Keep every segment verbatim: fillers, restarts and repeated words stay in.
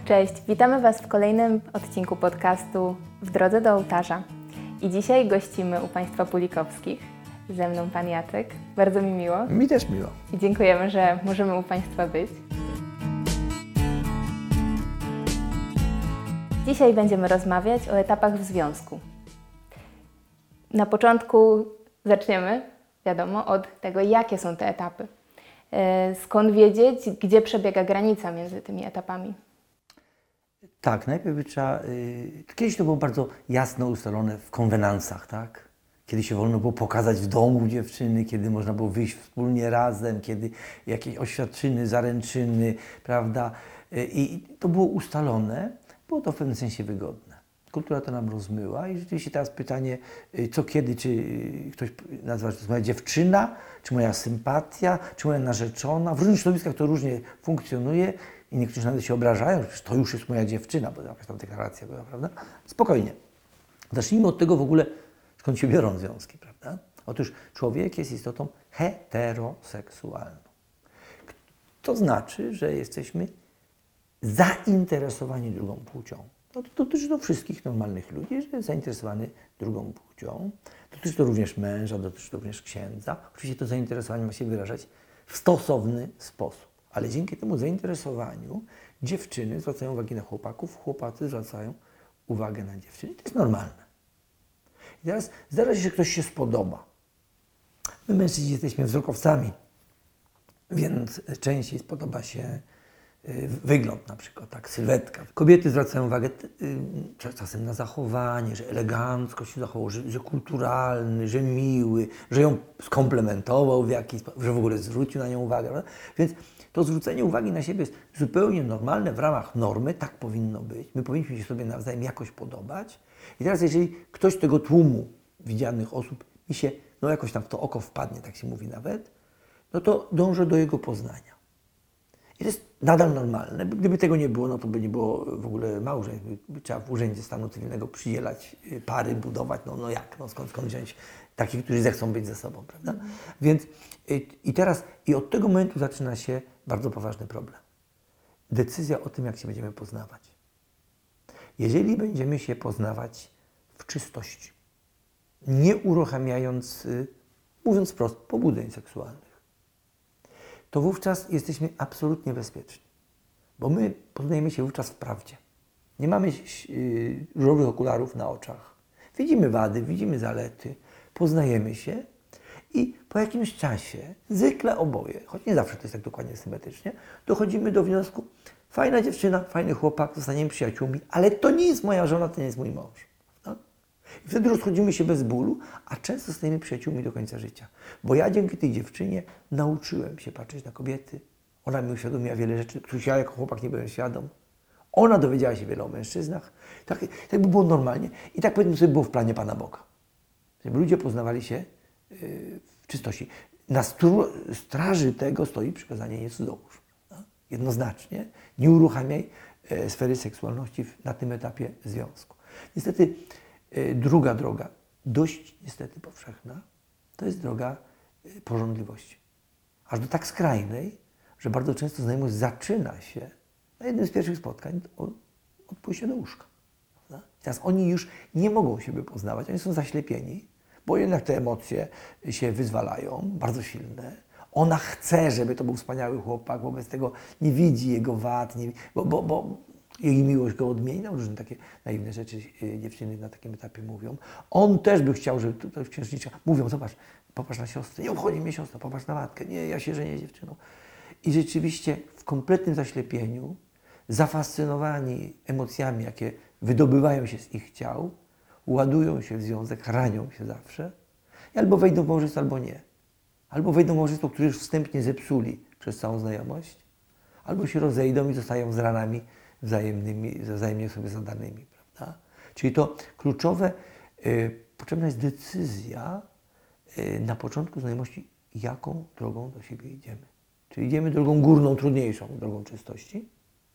Cześć, witamy Was w kolejnym odcinku podcastu W drodze do ołtarza. I dzisiaj gościmy u Państwa Pulikowskich. Ze mną Pan Jacek. Bardzo mi miło. Mi też miło. I dziękujemy, że możemy u Państwa być. Dzisiaj będziemy rozmawiać o etapach w związku. Na początku zaczniemy, wiadomo, od tego, jakie są te etapy. Skąd wiedzieć, gdzie przebiega granica między tymi etapami? Tak, najpierw by trzeba... Yy, kiedyś to było bardzo jasno ustalone w konwenansach, tak? Kiedy się wolno było pokazać w domu dziewczyny, kiedy można było wyjść wspólnie razem, kiedy jakieś oświadczyny, zaręczyny, prawda? Yy, I to było ustalone, było to w pewnym sensie wygodne. Kultura to nam rozmyła i rzeczywiście teraz pytanie, yy, co kiedy, czy yy, ktoś nazywa, że to jest moja dziewczyna, czy moja sympatia, czy moja narzeczona. W różnych środowiskach to różnie funkcjonuje. I niektórzy nawet się obrażają, że to już jest moja dziewczyna, bo jakaś tam deklaracja była, prawda? Spokojnie. Zacznijmy od tego w ogóle, skąd się biorą związki, prawda? Otóż człowiek jest istotą heteroseksualną. To znaczy, że jesteśmy zainteresowani drugą płcią. No to dotyczy to wszystkich normalnych ludzi, że jest zainteresowany drugą płcią. Dotyczy to również męża, dotyczy to również księdza. Oczywiście to zainteresowanie ma się wyrażać w stosowny sposób. Ale dzięki temu zainteresowaniu dziewczyny zwracają uwagę na chłopaków, chłopacy zwracają uwagę na dziewczyny. To jest normalne. I teraz zdarza się, że ktoś się spodoba. My mężczyźni jesteśmy wzrokowcami, więc częściej spodoba się wygląd na przykład, tak, sylwetka. Kobiety zwracają uwagę czasem na zachowanie, że elegancko się zachował, że, że kulturalny, że miły, że ją skomplementował w jakiś sposób, że w ogóle zwrócił na nią uwagę. Prawda? Więc to zwrócenie uwagi na siebie jest zupełnie normalne, w ramach normy, tak powinno być. My powinniśmy się sobie nawzajem jakoś podobać. I teraz jeżeli ktoś z tego tłumu widzianych osób mi się, no jakoś tam w to oko wpadnie, tak się mówi nawet, no to dążę do jego poznania. I to jest nadal normalne. Gdyby tego nie było, no to by nie było w ogóle małżeństw. By trzeba w Urzędzie Stanu Cywilnego przydzielać pary, budować, no, no jak, no skąd, skąd wziąć takich, którzy zechcą być ze sobą, prawda? Mhm. Więc i, i teraz, i od tego momentu zaczyna się bardzo poważny problem. Decyzja o tym, jak się będziemy poznawać. Jeżeli będziemy się poznawać w czystości, nie uruchamiając, mówiąc wprost, pobudzeń seksualnych, to wówczas jesteśmy absolutnie bezpieczni. Bo my poznajemy się wówczas w prawdzie. Nie mamy yy, różowych okularów na oczach. Widzimy wady, widzimy zalety, poznajemy się i po jakimś czasie, zwykle oboje, choć nie zawsze to jest tak dokładnie symetrycznie, dochodzimy do wniosku, fajna dziewczyna, fajny chłopak, zostaniemy przyjaciółmi, ale to nie jest moja żona, to nie jest mój mąż. No? I wtedy rozchodzimy się bez bólu, a często zostajemy przyjaciółmi do końca życia. Bo ja dzięki tej dziewczynie nauczyłem się patrzeć na kobiety. Ona mi uświadomiła wiele rzeczy, których ja jako chłopak nie byłem świadom. Ona dowiedziała się wiele o mężczyznach. Tak, tak by było normalnie. I tak powiedzmy sobie było w planie Pana Boga. Żeby ludzie poznawali się yy, w czystości. Na stru, straży tego stoi przykazanie nie cudzołóż. No? Jednoznacznie. Nie uruchamiaj yy, sfery seksualności w, na tym etapie związku. Niestety yy, druga droga, dość niestety powszechna, to jest droga yy, pożądliwości. Aż do tak skrajnej, że bardzo często znajomość zaczyna się na jednym z pierwszych spotkań od, od pójścia do łóżka. Prawda? Teraz oni już nie mogą siebie poznawać, oni są zaślepieni, bo jednak te emocje się wyzwalają, bardzo silne. Ona chce, żeby to był wspaniały chłopak, wobec tego nie widzi jego wad, nie, bo, bo, bo jej miłość go odmieni. No, różne takie naiwne rzeczy dziewczyny na takim etapie mówią. On też by chciał, żeby to, to księżniczka mówią, zobacz, popatrz na siostrę, nie obchodzi mnie siostra, popatrz na matkę, nie, ja się żenię z dziewczyną. I rzeczywiście w kompletnym zaślepieniu, zafascynowani emocjami, jakie wydobywają się z ich ciał, ładują się w związek, ranią się zawsze i albo wejdą w małżeństwo, albo nie. Albo wejdą w małżeństwo, które już wstępnie zepsuli przez całą znajomość, albo się rozejdą i zostają z ranami wzajemnymi, wzajemnie sobie zadanymi, prawda? Czyli to kluczowe, yy, potrzebna jest decyzja yy, na początku znajomości, jaką drogą do siebie idziemy. Czyli idziemy drogą górną, trudniejszą, drogą czystości,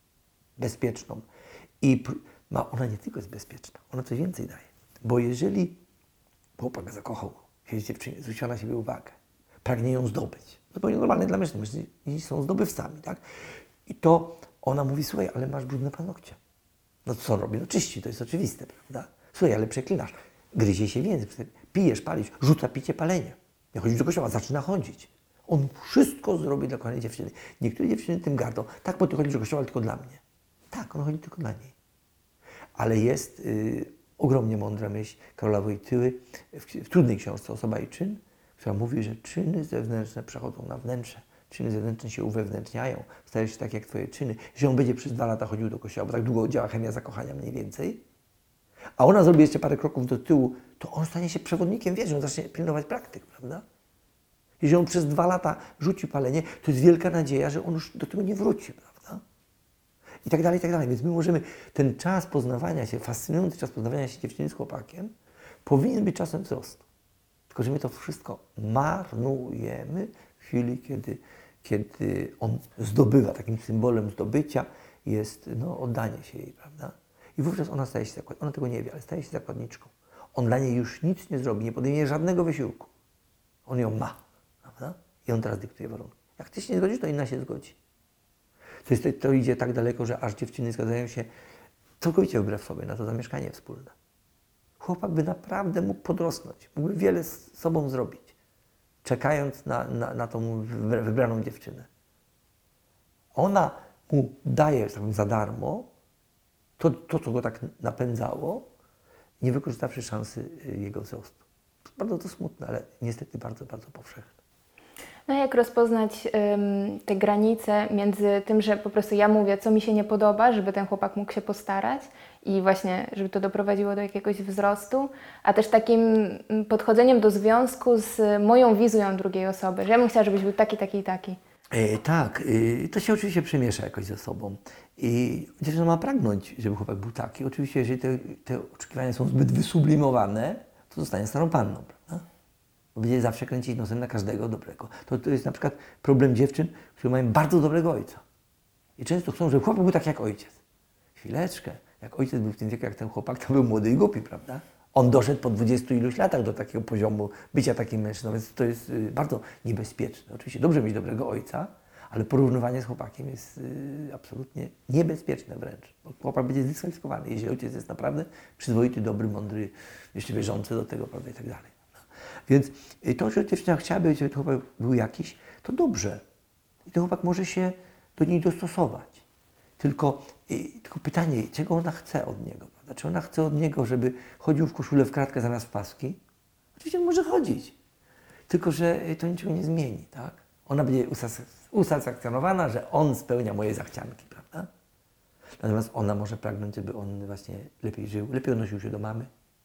bezpieczną. I ma, ona nie tylko jest bezpieczna, ona coś więcej daje. Bo jeżeli chłopak zakochał się z dziewczynie, zwróciła na siebie uwagę, pragnie ją zdobyć, zupełnie normalne dla mężczyzn, mężczyźni są zdobywcami, tak? I to Ona mówi, słuchaj, ale masz brudne paznokcie. No co robi? No czyści, to jest oczywiste, prawda? Słuchaj, ale przeklinasz. Gryzie się w język, pijesz, palisz, rzuca picie, palenie. Jak chodzisz do kościoła, zaczyna chodzić. On wszystko zrobi dla kochanej dziewczyny. Niektóre dziewczyny tym gardzą. Tak, bo ty chodzisz do kościoła, ale tylko dla mnie. Tak, on chodzi tylko dla niej. Ale jest y, ogromnie mądra myśl Karola Wojtyły w, w trudnej książce Osoba i czyn, która mówi, że czyny zewnętrzne przechodzą na wnętrze. Czyny zewnętrzne się uwewnętrzniają, stają się tak jak twoje czyny. Że on będzie przez dwa lata chodził do kościoła, bo tak długo działa chemia zakochania mniej więcej, a ona zrobi jeszcze parę kroków do tyłu, to on stanie się przewodnikiem wierzy, on zacznie pilnować praktyk, prawda? Jeżeli on przez dwa lata rzuci palenie, to jest wielka nadzieja, że on już do tego nie wróci, prawda? I tak dalej, i tak dalej. Więc my możemy, ten czas poznawania się, fascynujący czas poznawania się dziewczyny z chłopakiem, powinien być czasem wzrostu. Tylko że my to wszystko marnujemy w chwili, kiedy, kiedy on zdobywa, takim symbolem zdobycia jest no, oddanie się jej, prawda? I wówczas ona staje się zakładniczką. Ona tego nie wie, ale staje się zakładniczką. On dla niej już nic nie zrobi, nie podejmie żadnego wysiłku. On ją ma, prawda? I on teraz dyktuje warunki. Jak ty się nie zgodzisz, to inna się zgodzi. To, jest, to idzie tak daleko, że aż dziewczyny zgadzają się całkowicie wbrew sobie na to zamieszkanie wspólne. Chłopak by naprawdę mógł podrosnąć, mógłby wiele z sobą zrobić, czekając na, na, na tą wybraną dziewczynę. Ona mu daje tak za darmo to, to, co go tak napędzało, nie wykorzystawszy szansy jego wzrostu. Bardzo to smutne, ale niestety bardzo, bardzo powszechne. No jak rozpoznać ym, te granice między tym, że po prostu ja mówię, co mi się nie podoba, żeby ten chłopak mógł się postarać i właśnie, żeby to doprowadziło do jakiegoś wzrostu, a też takim podchodzeniem do związku z moją wizją drugiej osoby, że ja bym chciała, żebyś był taki, taki i taki. E, tak, e, to się oczywiście przemiesza jakoś ze sobą. I dziewczyna ma pragnąć, żeby chłopak był taki. Oczywiście, jeżeli te, te oczekiwania są zbyt wysublimowane, to zostanie starą panną, prawda? Bo będzie zawsze kręcić nosem na każdego dobrego. To, to jest na przykład problem dziewczyn, które mają bardzo dobrego ojca. I często chcą, żeby chłopak był tak jak ojciec. Chwileczkę, jak ojciec był w tym wieku jak ten chłopak, to był młody i głupi, prawda? On doszedł po dwudziestu iluś latach do takiego poziomu bycia takim mężczyzną, więc to jest y, bardzo niebezpieczne. Oczywiście dobrze mieć dobrego ojca, ale porównywanie z chłopakiem jest y, absolutnie niebezpieczne wręcz. Bo chłopak będzie zdyskwalifikowany, jeżeli ojciec jest naprawdę przyzwoity, dobry, mądry, jeszcze wierzący do tego, prawda, i tak dalej. Więc to, że dziewczyna chciałaby, żeby ten chłopak był jakiś, to dobrze. I ten chłopak może się do niej dostosować. Tylko, tylko pytanie, czego ona chce od niego? Prawda? Czy ona chce od niego, żeby chodził w koszulę w kratkę zamiast w paski? Oczywiście on może chodzić. Tylko, że to niczego nie zmieni, tak? Ona będzie usatysfakcjonowana, że on spełnia moje zachcianki, prawda? Natomiast ona może pragnąć, żeby on właśnie lepiej żył, lepiej odnosił się do mamy.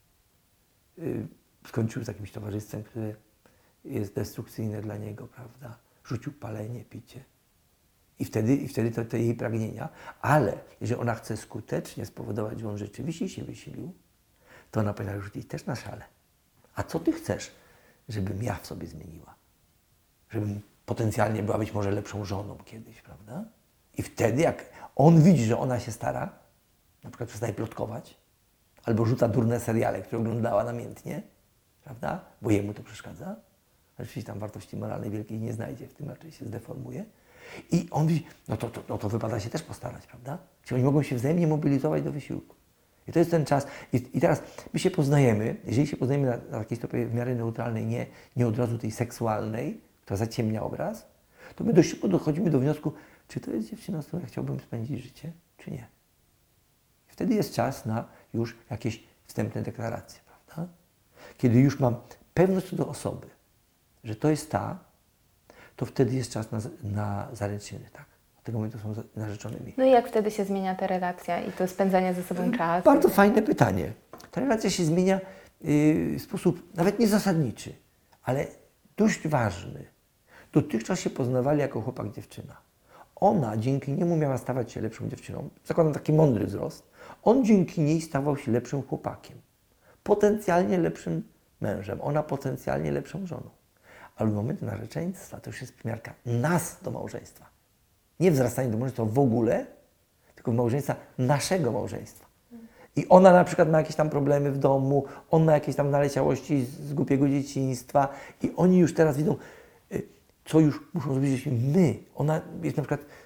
Yy, skończył z jakimś towarzystwem, które jest destrukcyjne dla niego, prawda? Rzucił palenie, picie. I wtedy, i wtedy to te jej pragnienia. Ale jeżeli ona chce skutecznie spowodować, że on rzeczywiście się wysilił, to ona powinna rzucić też na szale. A co ty chcesz, żebym ja w sobie zmieniła? Żebym potencjalnie była być może lepszą żoną kiedyś, prawda? I wtedy, jak on widzi, że ona się stara, na przykład przestaje plotkować, albo rzuca durne seriale, które oglądała namiętnie, prawda? Bo jemu to przeszkadza. Oczywiście tam wartości moralnej wielkiej nie znajdzie, w tym raczej się zdeformuje. I on widzi, no to, to, no to wypada się też postarać, prawda? Czyli oni mogą się wzajemnie mobilizować do wysiłku. I to jest ten czas. I, i teraz my się poznajemy, jeżeli się poznajemy na, na takiej stopie w miarę neutralnej, nie, nie od razu tej seksualnej, która zaciemnia obraz, to my dość szybko dochodzimy do wniosku, czy to jest dziewczyna, z którą ja chciałbym spędzić życie, czy nie. I wtedy jest czas na już jakieś wstępne deklaracje, prawda? Kiedy już mam pewność co do osoby, że to jest ta, to wtedy jest czas na, na zaręczyny, tak? Od tego momentu są narzeczonymi. No i jak wtedy się zmienia ta relacja i to spędzanie ze sobą czasu? Bardzo fajne pytanie. Ta relacja się zmienia yy, w sposób nawet nie zasadniczy, ale dość ważny. Dotychczas się poznawali jako chłopak, dziewczyna. Ona dzięki niemu miała stawać się lepszą dziewczyną. Zakładam taki mądry wzrost. On dzięki niej stawał się lepszym chłopakiem. Potencjalnie lepszym mężem. Ona potencjalnie lepszą żoną. Ale w momencie narzeczeństwa to już jest przymiarka nas do małżeństwa. Nie wzrastanie do małżeństwa w ogóle, tylko małżeństwa naszego małżeństwa. I ona na przykład ma jakieś tam problemy w domu, on ma jakieś tam naleciałości z głupiego dzieciństwa i oni już teraz widzą, co już muszą zrobić my. Ona jest na przykład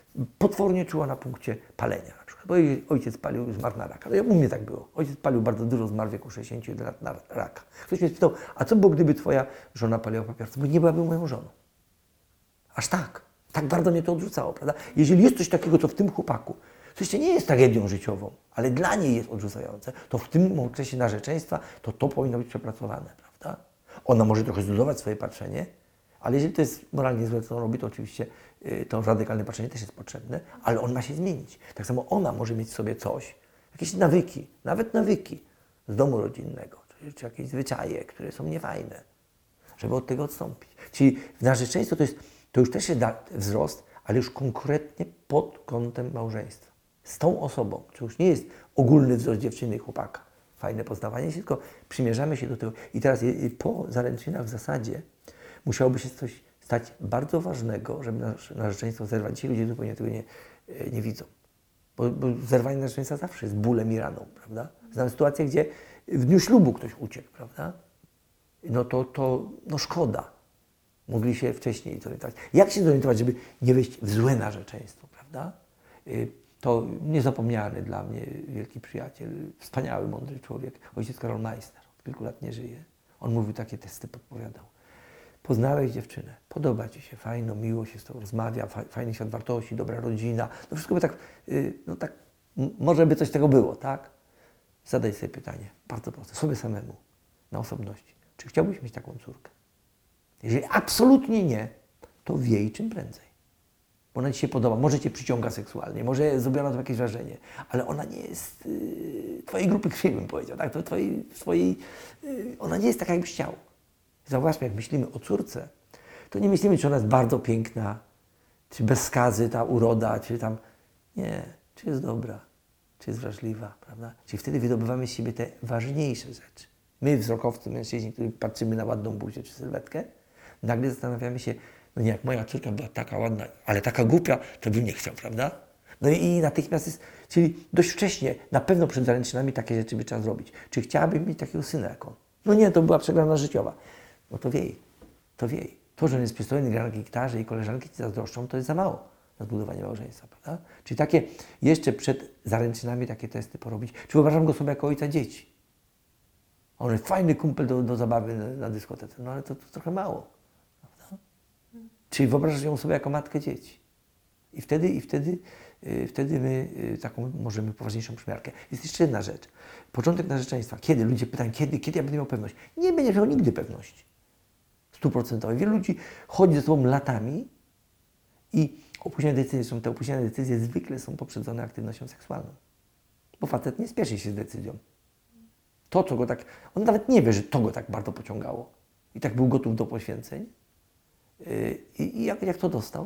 potwornie czuła na punkcie palenia na przykład, bo jej ojciec palił, zmarł na raka. No, u mnie tak było. Ojciec palił bardzo dużo, zmarł w wieku sześćdziesięciu jeden lat na raka. Ktoś mnie spytał, a co było, gdyby twoja żona paliła papierosy? Bo nie byłaby moją żoną. Aż tak. Tak bardzo mnie to odrzucało, prawda? Jeżeli jest coś takiego, co w tym chłopaku, co jeszcze nie jest tragedią życiową, ale dla niej jest odrzucające, to w tym okresie narzeczeństwa to to powinno być przepracowane, prawda? Ona może trochę zluzować swoje patrzenie, ale jeżeli to jest moralnie złe, co on robi, to oczywiście y, to radykalne patrzenie też jest potrzebne, ale on ma się zmienić. Tak samo ona może mieć w sobie coś, jakieś nawyki, nawet nawyki z domu rodzinnego, czy, czy jakieś zwyczaje, które są niefajne, żeby od tego odstąpić. Czyli w narzeczeństwo to jest, to już też jest wzrost, ale już konkretnie pod kątem małżeństwa. Z tą osobą, to już nie jest ogólny wzrost dziewczyny i chłopaka, fajne poznawanie się, tylko przymierzamy się do tego. I teraz po zaręczynach w zasadzie musiałoby się coś stać bardzo ważnego, żeby nasze narzeczeństwo zerwać. Dzisiaj ludzie zupełnie tego nie, nie widzą. Bo, bo zerwanie narzeczeństwa zawsze jest bólem i raną, prawda? Znam sytuację, gdzie w dniu ślubu ktoś uciekł, prawda? No to, to no szkoda. Mogli się wcześniej zorientować. Jak się zorientować, żeby nie wejść w złe narzeczeństwo, prawda? To niezapomniany dla mnie wielki przyjaciel, wspaniały, mądry człowiek, ojciec Karol Meister, od kilku lat nie żyje. On mówił, takie testy podpowiadał. Poznałeś dziewczynę, podoba ci się, fajno, miło się z tobą rozmawia, fajny świat wartości, dobra rodzina. No wszystko by tak, no tak, może by coś z tego było, tak? Zadaj sobie pytanie, bardzo proste, sobie samemu, na osobności. Czy chciałbyś mieć taką córkę? Jeżeli absolutnie nie, to wiej czym prędzej. Bo ona ci się podoba, może cię przyciąga seksualnie, może zrobiona to jakieś wrażenie, ale ona nie jest yy, twojej grupy krwi, bym powiedział, tak? To twojej, swojej, yy, ona nie jest taka, jakbyś chciał. Zauważmy, jak myślimy o córce, to nie myślimy, czy ona jest bardzo piękna, czy bez skazy ta uroda, czy tam... Nie, czy jest dobra, czy jest wrażliwa, prawda? Czyli wtedy wydobywamy z siebie te ważniejsze rzeczy. My, wzrokowcy, mężczyźni, którzy patrzymy na ładną buzię czy sylwetkę, nagle zastanawiamy się, no nie, jak moja córka była taka ładna, ale taka głupia, to bym nie chciał, prawda? No i, i natychmiast jest, czyli dość wcześnie, na pewno przed zaręczynami takie rzeczy by trzeba zrobić. Czy chciałabym mieć takiego syna jak on? No nie, to była przegrana życiowa. No to wiej, to wiej. To, że on jest przystojny, gra na gitarze i koleżanki ci zazdroszczą, to jest za mało na zbudowanie małżeństwa, prawda? Czyli takie, jeszcze przed zaręczynami takie testy porobić. Czy wyobrażam go sobie jako ojca dzieci? On jest fajny kumpel do, do zabawy na, na dyskotece, no ale to, to trochę mało. Prawda? Czyli wyobrażasz ją sobie jako matkę dzieci. I wtedy, i wtedy, yy, wtedy my yy, taką możemy poważniejszą przymiarkę. Jest jeszcze jedna rzecz. Początek narzeczeństwa. Kiedy? Ludzie pytają, kiedy? Kiedy ja będę miał pewność? Nie będziesz miał nigdy pewności. Stuprocentowej. Wielu ludzi chodzi ze sobą latami i opóźnione decyzje są, te opóźnione decyzje zwykle są poprzedzone aktywnością seksualną. Bo facet nie spieszy się z decyzją. To, co go tak... On nawet nie wie, że to go tak bardzo pociągało. I tak był gotów do poświęceń. Yy, I jak, jak to dostał?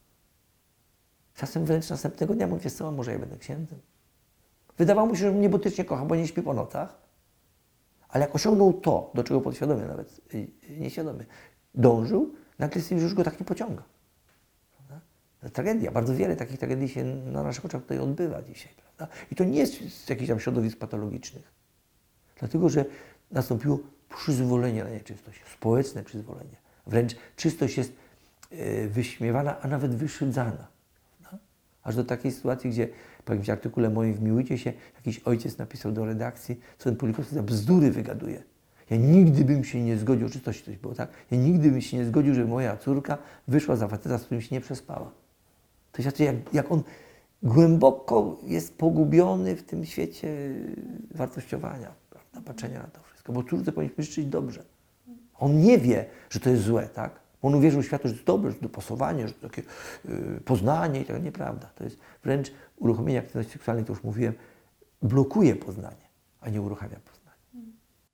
Czasem wręcz następnego dnia mówi, wiesz co, może ja będę księdzem. Wydawało mu się, że mnie botycznie kocha, bo nie śpi po nocach. Ale jak osiągnął to, do czego podświadomie nawet, yy, nieświadomie, dążył, nagle stwierdził, że już go tak nie pociąga. Prawda? To tragedia. Bardzo wiele takich tragedii się na naszych oczach tutaj odbywa dzisiaj. Prawda? I to nie jest z jakichś tam środowisk patologicznych. Dlatego, że nastąpiło przyzwolenie na nieczystość, społeczne przyzwolenie. Wręcz czystość jest yy, wyśmiewana, a nawet wyszydzana. Prawda? Aż do takiej sytuacji, gdzie po jakimś artykule moim Wmiłujcie się, jakiś ojciec napisał do redakcji, co ten Pulikowski za bzdury wygaduje. Ja nigdy bym się nie zgodził, o czystości coś było, tak? Ja nigdy bym się nie zgodził, żeby moja córka wyszła za faceta, z którym się nie przespała. To znaczy, jak, jak on głęboko jest pogubiony w tym świecie wartościowania, prawda? Patrzenia na to wszystko, bo córce powinniśmy życzyć dobrze. On nie wie, że to jest złe, tak? On uwierzył światu, że to jest dobre, że to dopasowanie, że to takie yy, poznanie i tak. Nieprawda. To jest wręcz uruchomienie aktywności seksualnej, to już mówiłem, blokuje poznanie, a nie uruchamia poznanie.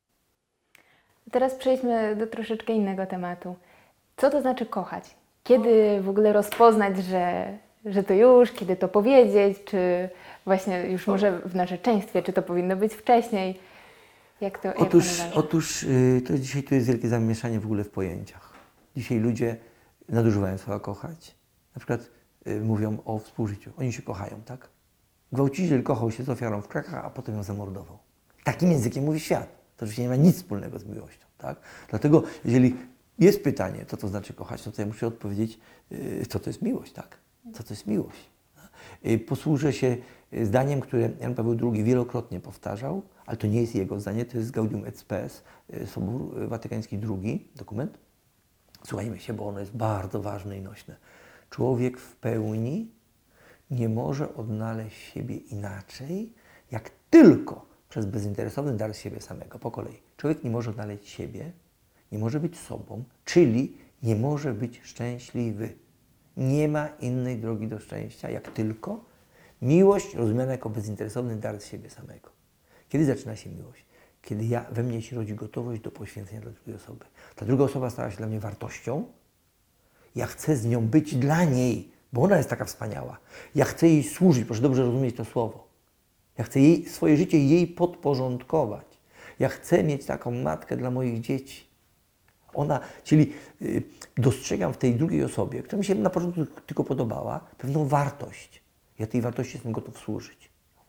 Teraz przejdźmy do troszeczkę innego tematu. Co to znaczy kochać? Kiedy w ogóle rozpoznać, że, że to już, kiedy to powiedzieć, czy właśnie już może w narzeczeństwie, czy to powinno być wcześniej? Jak to, otóż jak to otóż yy, to dzisiaj tu jest wielkie zamieszanie w ogóle w pojęciach. Dzisiaj ludzie nadużywają słowa kochać. Na przykład yy, mówią o współżyciu. Oni się kochają, tak? Gwałciciel kochał się z ofiarą w krakach, a potem ją zamordował. Takim językiem mówi świat. To oczywiście nie ma nic wspólnego z miłością, tak? Dlatego, jeżeli jest pytanie, co to znaczy kochać, no to ja muszę odpowiedzieć, yy, co to jest miłość, tak? Co to jest miłość? Posłużę się zdaniem, które Jan Paweł drugi wielokrotnie powtarzał, ale to nie jest jego zdanie, to jest Gaudium et Spes, Sobór Watykański drugi, dokument. Słuchajmy się, bo ono jest bardzo ważne i nośne. Człowiek w pełni nie może odnaleźć siebie inaczej, jak tylko przez bezinteresowny dar siebie samego. Po kolei. Człowiek nie może odnaleźć siebie, nie może być sobą, czyli nie może być szczęśliwy. Nie ma innej drogi do szczęścia, jak tylko miłość rozumiana jako bezinteresowny dar z siebie samego. Kiedy zaczyna się miłość? Kiedy ja, we mnie się rodzi gotowość do poświęcenia dla drugiej osoby. Ta druga osoba stała się dla mnie wartością. Ja chcę z nią być dla niej, bo ona jest taka wspaniała. Ja chcę jej służyć, proszę dobrze rozumieć to słowo. Ja chcę jej, swoje życie jej podporządkować. Ja chcę mieć taką matkę dla moich dzieci. Ona, czyli y, dostrzegam w tej drugiej osobie, która mi się na początku tylko podobała, pewną wartość. Ja tej wartości jestem gotów służyć.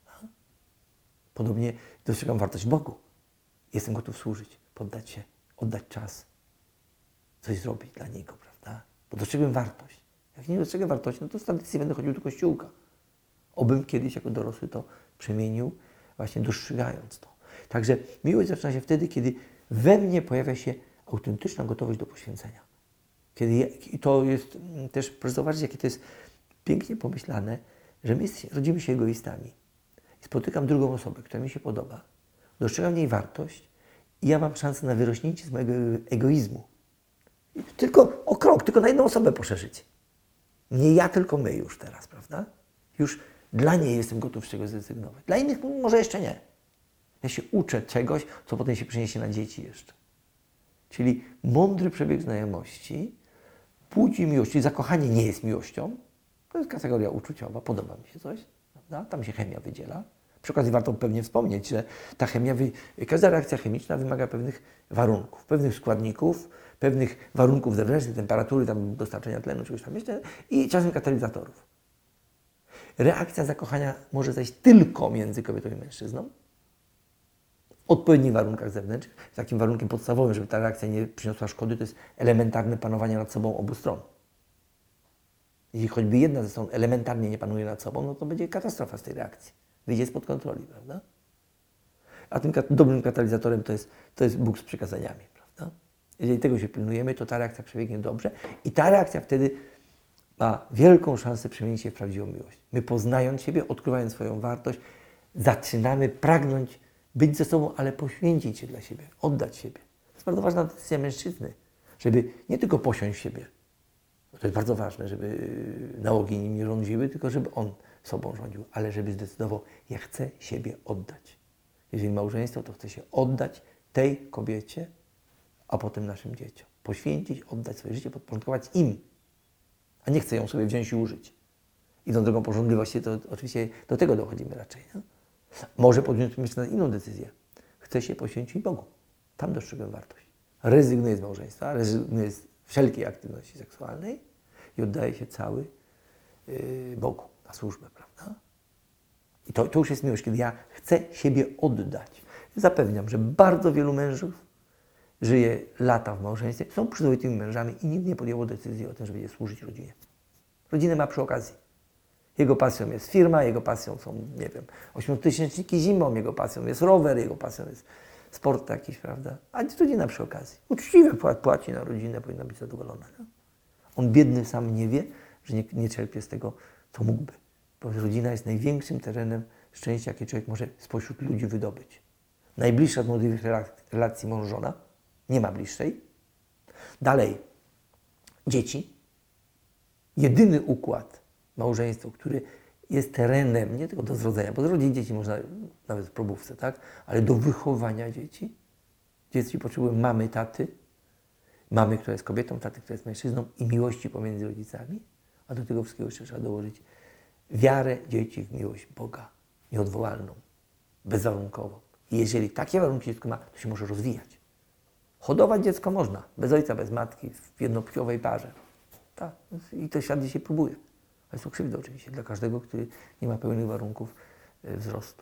Podobnie dostrzegam wartość Bogu. Jestem gotów służyć, poddać się, oddać czas, coś zrobić dla Niego, prawda? Bo dostrzegłem wartość. Jak nie dostrzegę wartości, no to z tradycji będę chodził do kościółka. Obym kiedyś jako dorosły to przemienił, właśnie dostrzegając to. Także miłość zaczyna się wtedy, kiedy we mnie pojawia się autentyczna gotowość do poświęcenia. Kiedy ja, i to jest też, proszę zauważyć, jakie to jest pięknie pomyślane, że my rodzimy się egoistami. Spotykam drugą osobę, która mi się podoba, dostrzegam w niej wartość i ja mam szansę na wyrośnięcie z mojego egoizmu. Tylko o krok, tylko na jedną osobę poszerzyć. Nie ja, tylko my już teraz, prawda? Już dla niej jestem gotów z czegoś zrezygnować. Dla innych może jeszcze nie. Ja się uczę czegoś, co potem się przyniesie na dzieci jeszcze. Czyli mądry przebieg znajomości budzi miłość. Czyli zakochanie nie jest miłością. To jest kategoria uczuciowa. Podoba mi się coś, prawda? Tam się chemia wydziela. Przy okazji warto pewnie wspomnieć, że ta chemia, wy... każda reakcja chemiczna wymaga pewnych warunków, pewnych składników, pewnych warunków zewnętrznych, temperatury, tam dostarczenia tlenu, czegoś tam jeszcze i czasem katalizatorów. Reakcja zakochania może zajść tylko między kobietą i mężczyzną w odpowiednich warunkach zewnętrznych. Takim warunkiem podstawowym, żeby ta reakcja nie przyniosła szkody, to jest elementarne panowanie nad sobą obu stron. Jeśli choćby jedna ze stron elementarnie nie panuje nad sobą, no to będzie katastrofa z tej reakcji. Wyjdzie spod kontroli, prawda? A tym dobrym katalizatorem to jest, to jest Bóg z przykazaniami, prawda? Jeżeli tego się pilnujemy, to ta reakcja przebiegnie dobrze i ta reakcja wtedy ma wielką szansę przemienić się w prawdziwą miłość. My poznając siebie, odkrywając swoją wartość, zaczynamy pragnąć być ze sobą, ale poświęcić się dla siebie, oddać siebie. To jest bardzo ważna decyzja mężczyzny, żeby nie tylko posiąść siebie, to jest bardzo ważne, żeby nałogi nim nie rządziły, tylko żeby on sobą rządził, ale żeby zdecydował, ja chcę siebie oddać. Jeżeli małżeństwo, to chcę się oddać tej kobiecie, a potem naszym dzieciom. Poświęcić, oddać swoje życie, podporządkować im, a nie chcę ją sobie wziąć i użyć. Idąc drogą pożądliwości, to oczywiście do tego dochodzimy raczej. No? Może podjąć jeszcze inną decyzję. Chcę się poświęcić Bogu. Tam dostrzegłem wartość. Rezygnuję z małżeństwa, rezygnuję z wszelkiej aktywności seksualnej i oddaję się cały yy, Bogu na służbę, prawda? I to, to już jest miłość, kiedy ja chcę siebie oddać. Zapewniam, że bardzo wielu mężów żyje lata w małżeństwie, są przyzwoitymi mężami i nikt nie podjęło decyzji o tym, że będzie służyć rodzinie. Rodzinę ma przy okazji. Jego pasją jest firma, jego pasją są, nie wiem, ośmiotysięczniki zimą, jego pasją jest rower, jego pasją jest sport jakiś, prawda? A rodzina przy okazji. Uczciwie płaci na rodzinę, powinna być zadowolona. No? On biedny sam nie wie, że nie, nie czerpie z tego, co mógłby. Bo rodzina jest największym terenem szczęścia, jakie człowiek może spośród ludzi wydobyć. Najbliższa z możliwych relacji mąż-żona, nie ma bliższej. Dalej, dzieci. Jedyny układ, małżeństwo, który jest terenem nie tylko do zrodzenia, bo zrodzić dzieci można nawet w probówce, tak? Ale do wychowania dzieci. Dzieci potrzebują mamy, taty, mamy, która jest kobietą, taty, która jest mężczyzną i miłości pomiędzy rodzicami, a do tego wszystkiego jeszcze trzeba dołożyć wiarę dzieci w miłość Boga, nieodwołalną, bezwarunkową. I jeżeli takie warunki dziecko ma, to się może rozwijać. Hodować dziecko można, bez ojca, bez matki, w jednopłciowej parze. Tak, i to świat dzisiaj próbuje. Ale jest to krzywda oczywiście dla każdego, który nie ma pełnych warunków wzrostu.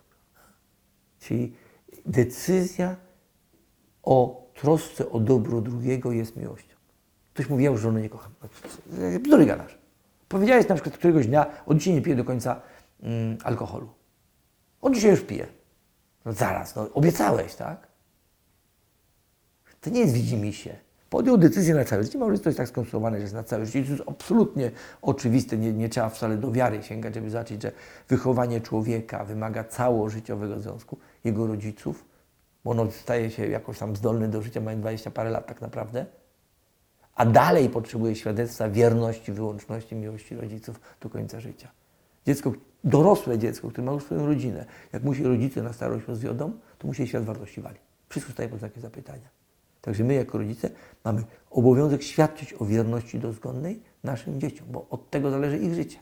Czyli decyzja o trosce o dobro drugiego jest miłością. Ktoś mówi, ja już żony nie kocham. Bzdury gadasz. Powiedziałeś na przykład któregoś dnia, od dzisiaj nie piję do końca mm, alkoholu. Od dzisiaj już piję. No zaraz, no obiecałeś, tak? To nie jest widzimisię. Podjął decyzję na całe życie. Małżeństwo jest tak skonstruowane, że jest na całe życie. To jest absolutnie oczywiste. Nie, nie trzeba wcale do wiary sięgać, żeby zobaczyć, że wychowanie człowieka wymaga całożyciowego związku jego rodziców, bo on staje się jakoś tam zdolny do życia, mając dwadzieścia parę lat tak naprawdę, a dalej potrzebuje świadectwa wierności, wyłączności, miłości rodziców do końca życia. Dziecko, dorosłe dziecko, które ma już swoją rodzinę, jak mu się rodzice na starość rozwiodą, to mu się świat wartości wali. Wszystko staje pod znakiem zapytania. Także my jako rodzice mamy obowiązek świadczyć o wierności dozgonnej naszym dzieciom, bo od tego zależy ich życie.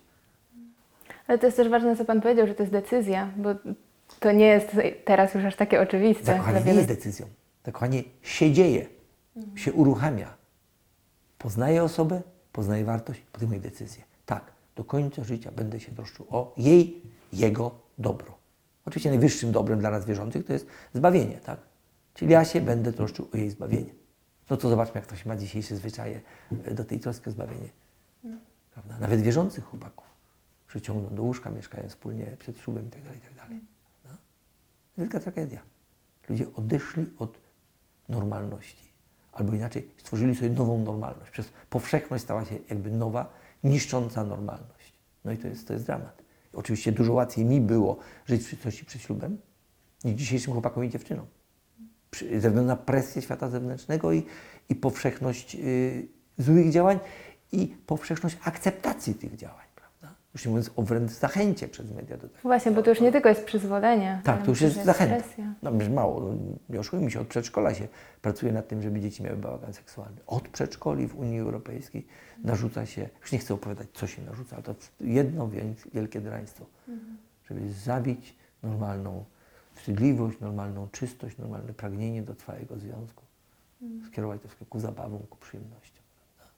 Ale to jest też ważne, co Pan powiedział, że to jest decyzja, bo to nie jest teraz już aż takie oczywiste. Zakochanie nie jest decyzją. Zakochanie się dzieje, mhm. się uruchamia. Poznaje osobę, poznaje wartość, podejmuje decyzję. Tak, do końca życia będę się troszczył o jej, jego dobro. Oczywiście najwyższym dobrem dla nas wierzących to jest zbawienie, tak? Czyli ja się będę troszczył o jej zbawienie. No to zobaczmy, jak to się ma dzisiejsze zwyczaje do tej troski o zbawienie. Mm. Prawda? Nawet wierzących chłopaków przyciągną do łóżka, mieszkają wspólnie przed ślubem itd. itd. No? Wielka tragedia. Ludzie odeszli od normalności. Albo inaczej, stworzyli sobie nową normalność. Przez powszechność stała się jakby nowa, niszcząca normalność. No i to jest, to jest dramat. Oczywiście dużo łatwiej mi było żyć w przyszłości przed ślubem niż dzisiejszym chłopakom i dziewczynom. Ze względu na presję świata zewnętrznego i, i powszechność y, złych działań i powszechność akceptacji tych działań, prawda? Już nie mówiąc o wręcz zachęcie przez media do tego. Właśnie, bo to już nie tylko jest przyzwolenie. Tak, to już jest, jest zachęta. Presja. No już mało, no, nie oszukujmy się, od przedszkola się pracuje nad tym, żeby dzieci miały bałagan seksualny. Od przedszkoli w Unii Europejskiej narzuca się, już nie chcę opowiadać, co się narzuca, ale to jedno wielkie draństwo, mhm. żeby zabić normalną wstydliwość, normalną czystość, normalne pragnienie do trwałego związku. Hmm. Skierować to wszystko ku zabawom, ku przyjemnościom. Prawda?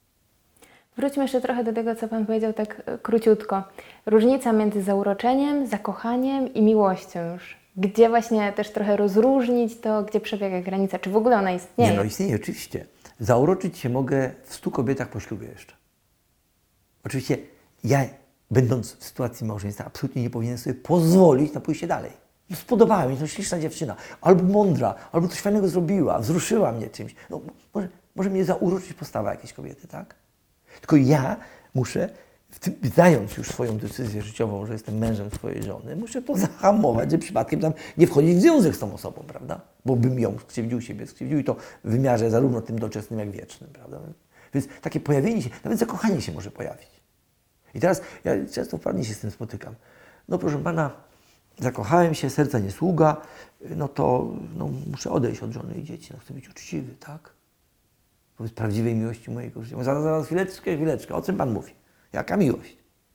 Wróćmy jeszcze trochę do tego, co Pan powiedział tak króciutko. Różnica między zauroczeniem, zakochaniem i miłością już. Gdzie właśnie też trochę rozróżnić to, gdzie przebiega granica? Czy w ogóle ona istnieje? Nie, no istnieje oczywiście. Zauroczyć się mogę w stu kobietach po ślubie jeszcze. Oczywiście ja, będąc w sytuacji małżeństwa, absolutnie nie powinienem sobie pozwolić na pójście dalej. No spodobała mi się, to śliczna dziewczyna, albo mądra, albo coś fajnego zrobiła, wzruszyła mnie czymś. No, może, może mnie zauroczyć postawa jakiejś kobiety, tak? Tylko ja muszę, znając już swoją decyzję życiową, że jestem mężem swojej żony, muszę to zahamować, że przypadkiem tam nie wchodzić w związek z tą osobą, prawda? Bo bym ją skrzywdził, siebie skrzywdził i to w wymiarze zarówno tym doczesnym, jak wiecznym, prawda? Więc takie pojawienie się, nawet zakochanie się może pojawić. I teraz ja często wpadnie się z tym spotykam. No proszę Pana, zakochałem się, serca nie sługa, no to no, muszę odejść od żony i dzieci. No, chcę być uczciwy, tak? Wobec prawdziwej miłości mojego życia. Zaraz, zaraz, chwileczkę, chwileczkę. O czym Pan mówi? Jaka miłość?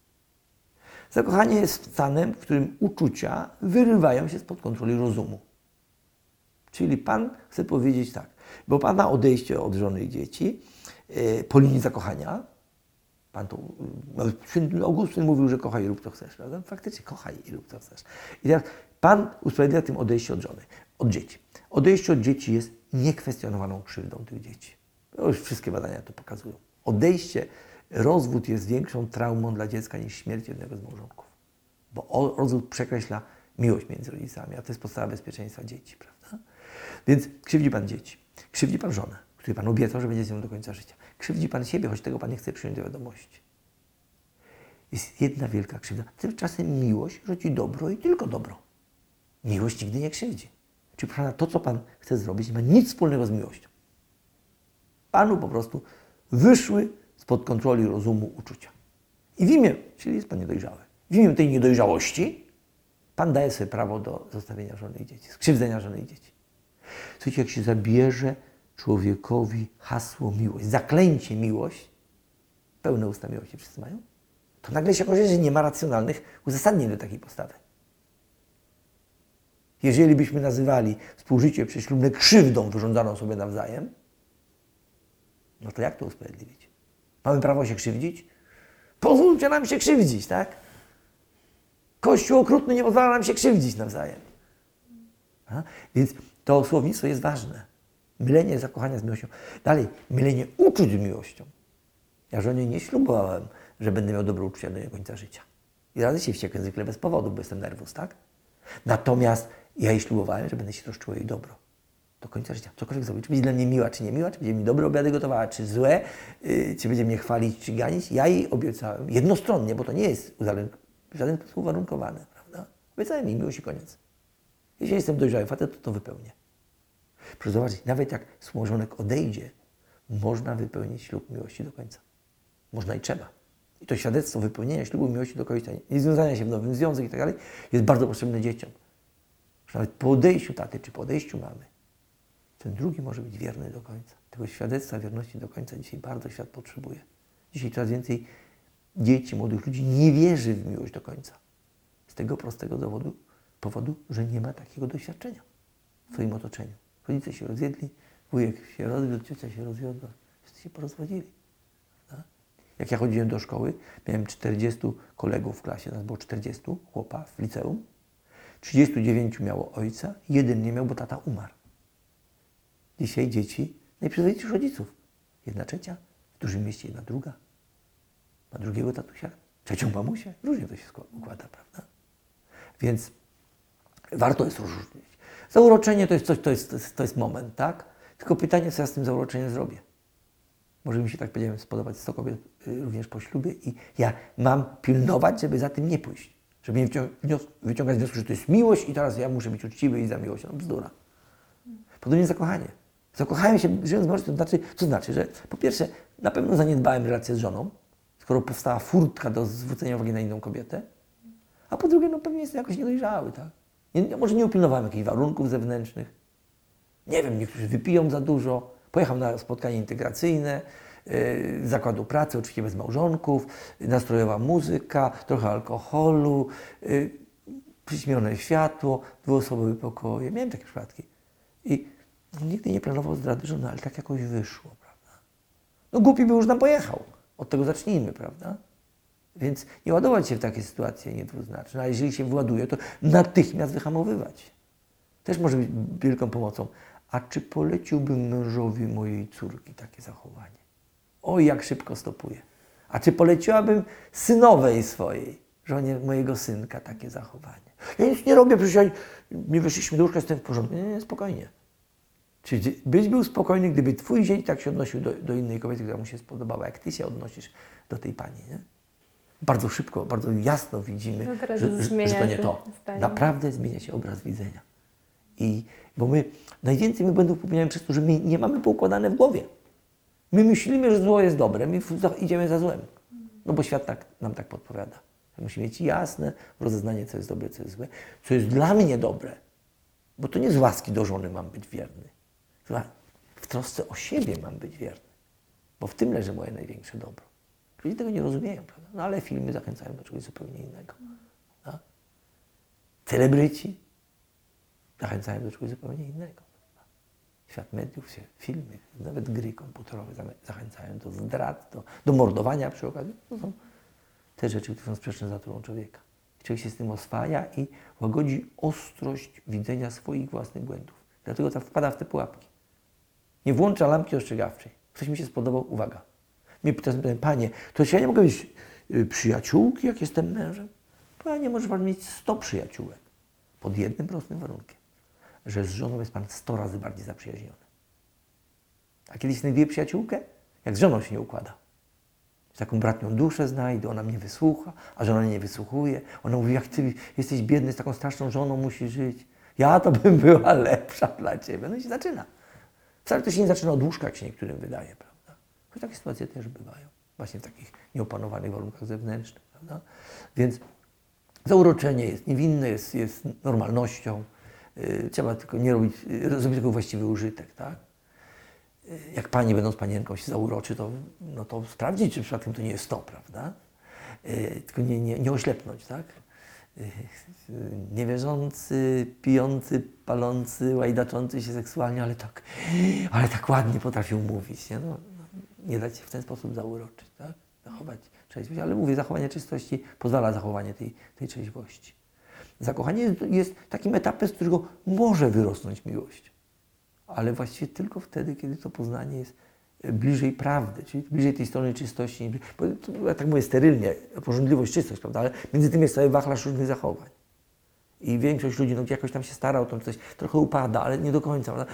Zakochanie jest stanem, w którym uczucia wyrywają się spod kontroli rozumu. Czyli Pan chce powiedzieć tak, bo Pana odejście od żony i dzieci yy, po linii zakochania, Pan to, święty Augustyn mówił, że kochaj i rób co chcesz, prawda? Faktycznie kochaj i rób co chcesz. I teraz Pan usprawiedliwia tym odejście od żony, od dzieci. Odejście od dzieci jest niekwestionowaną krzywdą tych dzieci. To już wszystkie badania to pokazują. Odejście, rozwód jest większą traumą dla dziecka niż śmierć jednego z małżonków. Bo rozwód przekreśla miłość między rodzicami, a to jest podstawa bezpieczeństwa dzieci, prawda? Więc krzywdzi Pan dzieci, krzywdzi Pan żonę, której Pan obiecał, że będzie z nią do końca życia. Krzywdzi Pan siebie, choć tego Pan nie chce przyjąć do wiadomości. Jest jedna wielka krzywda. Tymczasem miłość rodzi dobro i tylko dobro. Miłość nigdy nie krzywdzi. Czyli proszę Pana, to, co Pan chce zrobić, nie ma nic wspólnego z miłością. Panu po prostu wyszły spod kontroli rozumu uczucia. I w imię, czyli jest Pan niedojrzały, w imię tej niedojrzałości Pan daje sobie prawo do zostawienia żony i dzieci, skrzywdzenia żony i dzieci. Słuchajcie, jak się zabierze człowiekowi hasło miłość, zaklęcie miłość, pełne usta miłości wszyscy mają, to nagle się okazuje, że nie ma racjonalnych uzasadnień do takiej postawy. Jeżeli byśmy nazywali współżycie prześlubne krzywdą wyrządzaną sobie nawzajem, no to jak to usprawiedliwić? Mamy prawo się krzywdzić? Pozwólcie nam się krzywdzić, tak? Kościół okrutny nie pozwala nam się krzywdzić nawzajem. A? Więc to słownictwo jest ważne. Mylenie zakochania z miłością. Dalej, mylenie uczuć z miłością. Ja żonie nie ślubowałem że będę miał dobre uczucia do końca życia. I razy się wściekłem zwykle bez powodu, bo jestem nerwus, tak? Natomiast ja jej ślubowałem, że będę się troszczył o jej dobro. Do końca życia. Cokolwiek zrobić. Czy będzie dla mnie miła, czy nie miła, czy będzie mi dobre obiady gotowała, czy złe, yy, czy będzie mnie chwalić, czy ganić. Ja jej obiecałem jednostronnie, bo to nie jest w żaden sposób uwarunkowane, prawda? Obiecałem jej miłość i koniec. Jeśli jestem dojrzały facet, to to wypełnię. Proszę zobaczyć, nawet jak współmałżonek odejdzie, można wypełnić ślub miłości do końca. Można i trzeba. I to świadectwo wypełnienia ślubu miłości do końca, nie związania się w nowym związek i tak dalej, jest bardzo potrzebne dzieciom. Że nawet po odejściu taty czy po odejściu mamy, ten drugi może być wierny do końca. Tego świadectwa wierności do końca dzisiaj bardzo świat potrzebuje. Dzisiaj coraz więcej dzieci, młodych ludzi nie wierzy w miłość do końca. Z tego prostego dowodu, powodu, że nie ma takiego doświadczenia w swoim otoczeniu. Rodzice się rozwiedli, wujek się rozwiódł, ciocia się rozwiodła, wszyscy się porozwodzili. Prawda? Jak ja chodziłem do szkoły, miałem czterdziestu kolegów w klasie, nas było czterdziestu chłopa w liceum, trzydziestu dziewięciu miało ojca, jeden nie miał, bo tata umarł. Dzisiaj dzieci najprzyzwoitszych rodziców. Jedna trzecia, w dużym mieście jedna druga, ma drugiego tatusia, trzecią mamusię. Różnie to się układa, prawda? Więc warto jest rozróżnić. Zauroczenie to jest coś, to jest, to jest, to jest moment, tak? Tylko pytanie, co ja z tym zauroczeniem zrobię. Może mi się, tak powiedziałem, spodobać sto kobiet również po ślubie i ja mam pilnować, żeby za tym nie pójść. Żeby nie wcią- wyciągać wniosku, że to jest miłość i teraz ja muszę być uczciwy i za miłość. No bzdura. Podobnie zakochanie. Zakochałem się, żyjąc mąż, to znaczy, co znaczy, że po pierwsze, na pewno zaniedbałem relację z żoną, skoro powstała furtka do zwrócenia uwagi na inną kobietę, a po drugie, no pewnie jestem jakoś niedojrzały, tak? Nie, może nie upilnowałem jakichś warunków zewnętrznych. Nie wiem, niektórzy wypiją za dużo. Pojechał na spotkanie integracyjne, yy, zakładu pracy, oczywiście bez małżonków, nastrojowa muzyka, trochę alkoholu, yy, przyćmione światło, dwuosobowe pokoje. Miałem takie przypadki. I nigdy nie planował zdrady żony, ale tak jakoś wyszło, prawda? No głupi by już nam pojechał. Od tego zacznijmy, prawda? Więc nie ładować się w takie sytuacje niedwuznaczne, a jeżeli się wyładuje, to natychmiast wyhamowywać. Też może być wielką pomocą. A czy poleciłbym mężowi mojej córki takie zachowanie? Oj, jak szybko stopuje. A czy poleciłabym synowej swojej, żonie mojego synka, takie zachowanie? Ja nic nie robię, przecież ja nie weszliśmy do łóżka, jestem w porządku. Nie, nie, spokojnie. Czyli byś był spokojny, gdyby twój zięć tak się odnosił do, do innej kobiety, która mu się spodobała, jak ty się odnosisz do tej pani, nie? Bardzo szybko, bardzo jasno widzimy, no teraz że, że, że to nie to. zdanie. Naprawdę zmienia się obraz widzenia. I, bo my, najwięcej my błędów popełniamy przez to, że my nie mamy poukładane w głowie. My myślimy, że zło jest dobre, my idziemy za złem. No bo świat tak, nam tak podpowiada. Musimy mieć jasne rozeznanie, co jest dobre, co jest złe, co jest dla mnie dobre. Bo to nie z łaski do żony mam być wierny. W trosce o siebie mam być wierny. Bo w tym leży moje największe dobro. Ludzie tego nie rozumieją, prawda? No ale filmy zachęcają do czegoś zupełnie innego. No? Celebryci zachęcają do czegoś zupełnie innego. Świat mediów, się, filmy, nawet gry komputerowe zachęcają do zdrad, do, do mordowania przy okazji. To są te rzeczy, które są sprzeczne z naturą człowieka. Człowiek się z tym oswaja i łagodzi ostrość widzenia swoich własnych błędów. Dlatego tak wpada w te pułapki. Nie włącza lampki ostrzegawczej. Ktoś mi się spodobał, uwaga. Mnie pyta, panie, to czy ja nie mogę mieć y, przyjaciółki, jak jestem mężem? Panie, może pan mieć sto przyjaciółek. Pod jednym prostym warunkiem, że z żoną jest pan sto razy bardziej zaprzyjaźniony. A kiedyś znajduję przyjaciółkę, jak z żoną się nie układa. Taką bratnią duszę znajdę, ona mnie wysłucha, a żona mnie nie wysłuchuje. Ona mówi, jak ty jesteś biedny, z taką straszną żoną musisz żyć. Ja to bym była lepsza dla ciebie. No i się zaczyna. Wcale to się nie zaczyna od łóżka, jak się niektórym wydaje, prawda? Choć takie sytuacje też bywają. Właśnie w takich nieopanowanych warunkach zewnętrznych, prawda? Więc zauroczenie jest niewinne, jest, jest normalnością. Yy, trzeba tylko nie robić, yy, zrobić tylko właściwy użytek, tak? Yy, jak pani, będąc panienką, się zauroczy, to, no to sprawdzić, czy przypadkiem to nie jest to, prawda? Yy, tylko nie, nie, nie oślepnąć, tak? Yy, niewierzący, pijący, palący, łajdaczący się seksualnie, ale tak, ale tak ładnie potrafił mówić, nie? No, no, nie dać się w ten sposób zauroczyć, tak? Zachować trzeźwość, ale mówię, zachowanie czystości pozwala zachowanie tej, tej trzeźwości. Zakochanie jest, jest takim etapem, z którego może wyrosnąć miłość, ale właściwie tylko wtedy, kiedy to poznanie jest bliżej prawdy, czyli bliżej tej strony czystości. Bo to, ja tak mówię sterylnie, pożądliwość, czystość, prawda? Ale między tym jest cały wachlarz różnych zachowań. I większość ludzi no, jakoś tam się stara o to, coś trochę upada, ale nie do końca. Prawda?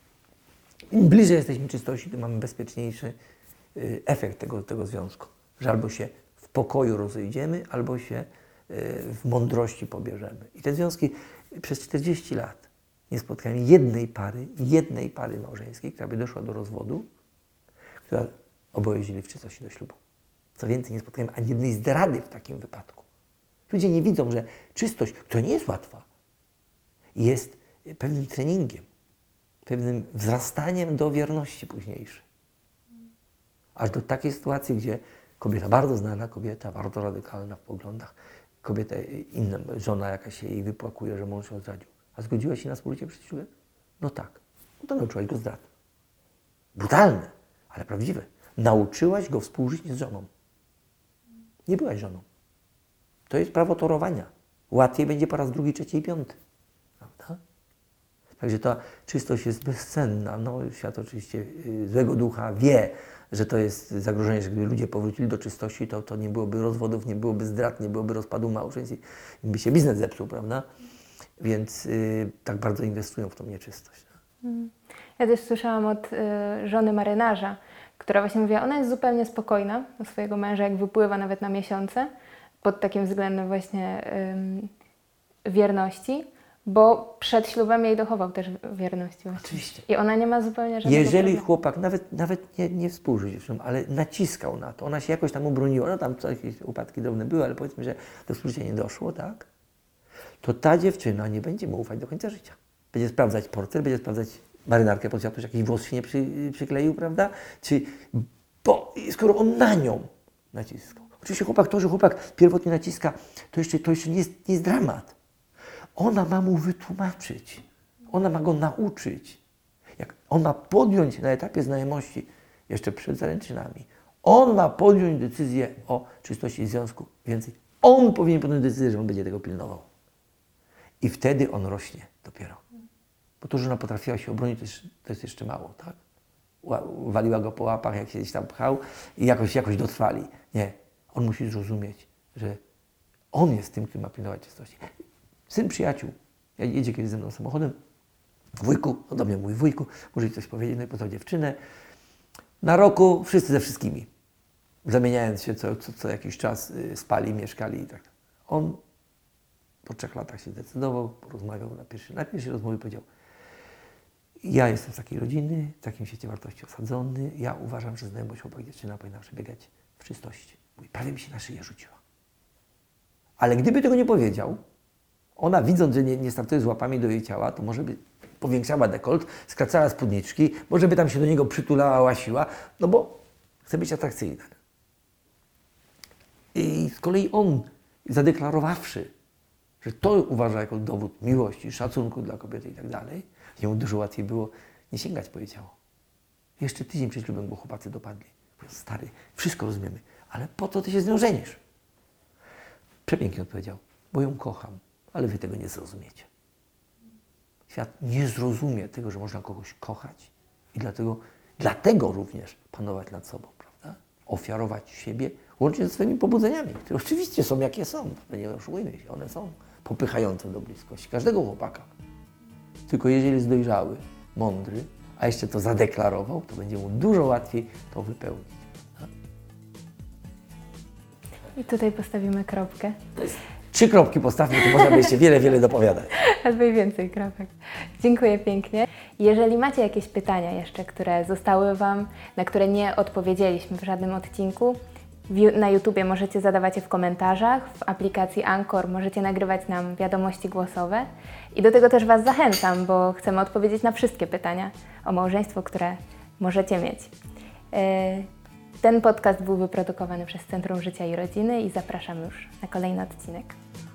Im bliżej jesteśmy czystości, tym mamy bezpieczniejszy y, efekt tego, tego związku. Że albo się w pokoju rozejdziemy, albo się y, w mądrości pobierzemy. I te związki przez czterdzieści lat nie spotkałem jednej pary, jednej pary małżeńskiej, która by doszła do rozwodu, która oboje źli w czystości do ślubu. Co więcej, nie spotkałem ani jednej zdrady w takim wypadku. Ludzie nie widzą, że czystość, która nie jest łatwa, jest pewnym treningiem, pewnym wzrastaniem do wierności późniejszej. Aż do takiej sytuacji, gdzie kobieta, bardzo znana kobieta, bardzo radykalna w poglądach, kobieta inna, żona jakaś się jej wypłakuje, że mąż ją zdradził. A zgodziła się na współżycie przed ślubem? No tak. No to nauczyłaś go zdrady. Brutalne, ale prawdziwe. Nauczyłaś go współżyć z żoną. Nie byłaś żoną. To jest prawo torowania. Łatwiej będzie po raz drugi, trzeci i piąty. Prawda? Także ta czystość jest bezcenna. No, świat oczywiście yy, złego ducha wie, że to jest zagrożenie, że gdyby ludzie powrócili do czystości, to, to nie byłoby rozwodów, nie byłoby zdrad, nie byłoby rozpadu małżeństw i by się biznes zepsuł, prawda? Więc yy, tak bardzo inwestują w tą nieczystość. Ja też słyszałam od y, żony marynarza, która właśnie mówiła, ona jest zupełnie spokojna do swojego męża, jak wypływa nawet na miesiące, pod takim względem właśnie y, wierności, bo przed ślubem jej dochował też wierności. Właśnie. Oczywiście. I ona nie ma zupełnie żadnego Jeżeli problemu. chłopak nawet, nawet nie, nie współżył, ale naciskał na to, ona się jakoś tam obroniła, no tam jakieś upadki drobne były, ale powiedzmy, że do współżycia nie doszło, tak? To ta dziewczyna nie będzie mu ufać do końca życia. Będzie sprawdzać portfel, będzie sprawdzać marynarkę pod światło, czy jakiś włos się nie przy, przykleił, prawda? Czy, bo skoro on na nią naciskał. Oczywiście chłopak, to, że chłopak pierwotnie naciska, to jeszcze, to jeszcze nie, jest, nie jest dramat. Ona ma mu wytłumaczyć. Ona ma go nauczyć. Jak on ma podjąć na etapie znajomości, jeszcze przed zaręczynami, on ma podjąć decyzję o czystości związku. Więcej, on powinien podjąć decyzję, że on będzie tego pilnował. I wtedy on rośnie dopiero. Bo to, że ona potrafiła się obronić, to jest, to jest jeszcze mało, tak? Waliła go po łapach, jak się gdzieś tam pchał i jakoś, jakoś dotrwali. Nie. On musi zrozumieć, że on jest tym, który ma pilnować czystości. Syn przyjaciół, ja jedzie kiedyś ze mną samochodem, wujku, no do mnie mój wujku, może ci coś powiedzieć, no i poznał dziewczynę. Na roku wszyscy ze wszystkimi, zamieniając się co, co, co jakiś czas, y, spali, mieszkali i tak. On po trzech latach się zdecydował, porozmawiał na pierwszej, na pierwszej rozmowie powiedział: ja jestem z takiej rodziny, w takim świecie wartości osadzony, ja uważam, że znajomość chłopak-dziewczyna powinna przebiegać w czystości. Mówi, prawie mi się na szyję rzuciła. Ale gdyby tego nie powiedział, ona widząc, że nie, nie startuje z łapami do jej ciała, to może by powiększała dekolt, skracała spódniczki, może by tam się do niego przytulała, łasiła, no bo chce być atrakcyjna. I z kolei on, zadeklarowawszy, że to uważa jako dowód miłości, szacunku dla kobiety i tak dalej, jemu dużo łatwiej było nie sięgać po jej ciało. Jeszcze tydzień przed ślubem, bo chłopacy dopadli. Mówię, stary, wszystko rozumiemy, ale po co ty się z nią żenisz? Przepięknie odpowiedział, bo ją kocham, ale wy tego nie zrozumiecie. Świat nie zrozumie tego, że można kogoś kochać i dlatego, dlatego również panować nad sobą, prawda? Ofiarować siebie, łącznie ze swoimi pobudzeniami, które oczywiście są jakie są, nie oszukujmy się, one są popychające do bliskości każdego chłopaka. Tylko jeżeli jest dojrzały, mądry, a jeszcze to zadeklarował, to będzie mu dużo łatwiej to wypełnić. Tak? I tutaj postawimy kropkę. Trzy kropki postawmy, to można by jeszcze wiele, wiele dopowiadać. Albo i więcej kropek. Dziękuję pięknie. Jeżeli macie jakieś pytania jeszcze, które zostały Wam, na które nie odpowiedzieliśmy w żadnym odcinku, na YouTubie możecie zadawać je w komentarzach, w aplikacji Anchor możecie nagrywać nam wiadomości głosowe i do tego też Was zachęcam, bo chcemy odpowiedzieć na wszystkie pytania o małżeństwo, które możecie mieć. Ten podcast był wyprodukowany przez Centrum Życia i Rodziny i zapraszam już na kolejny odcinek.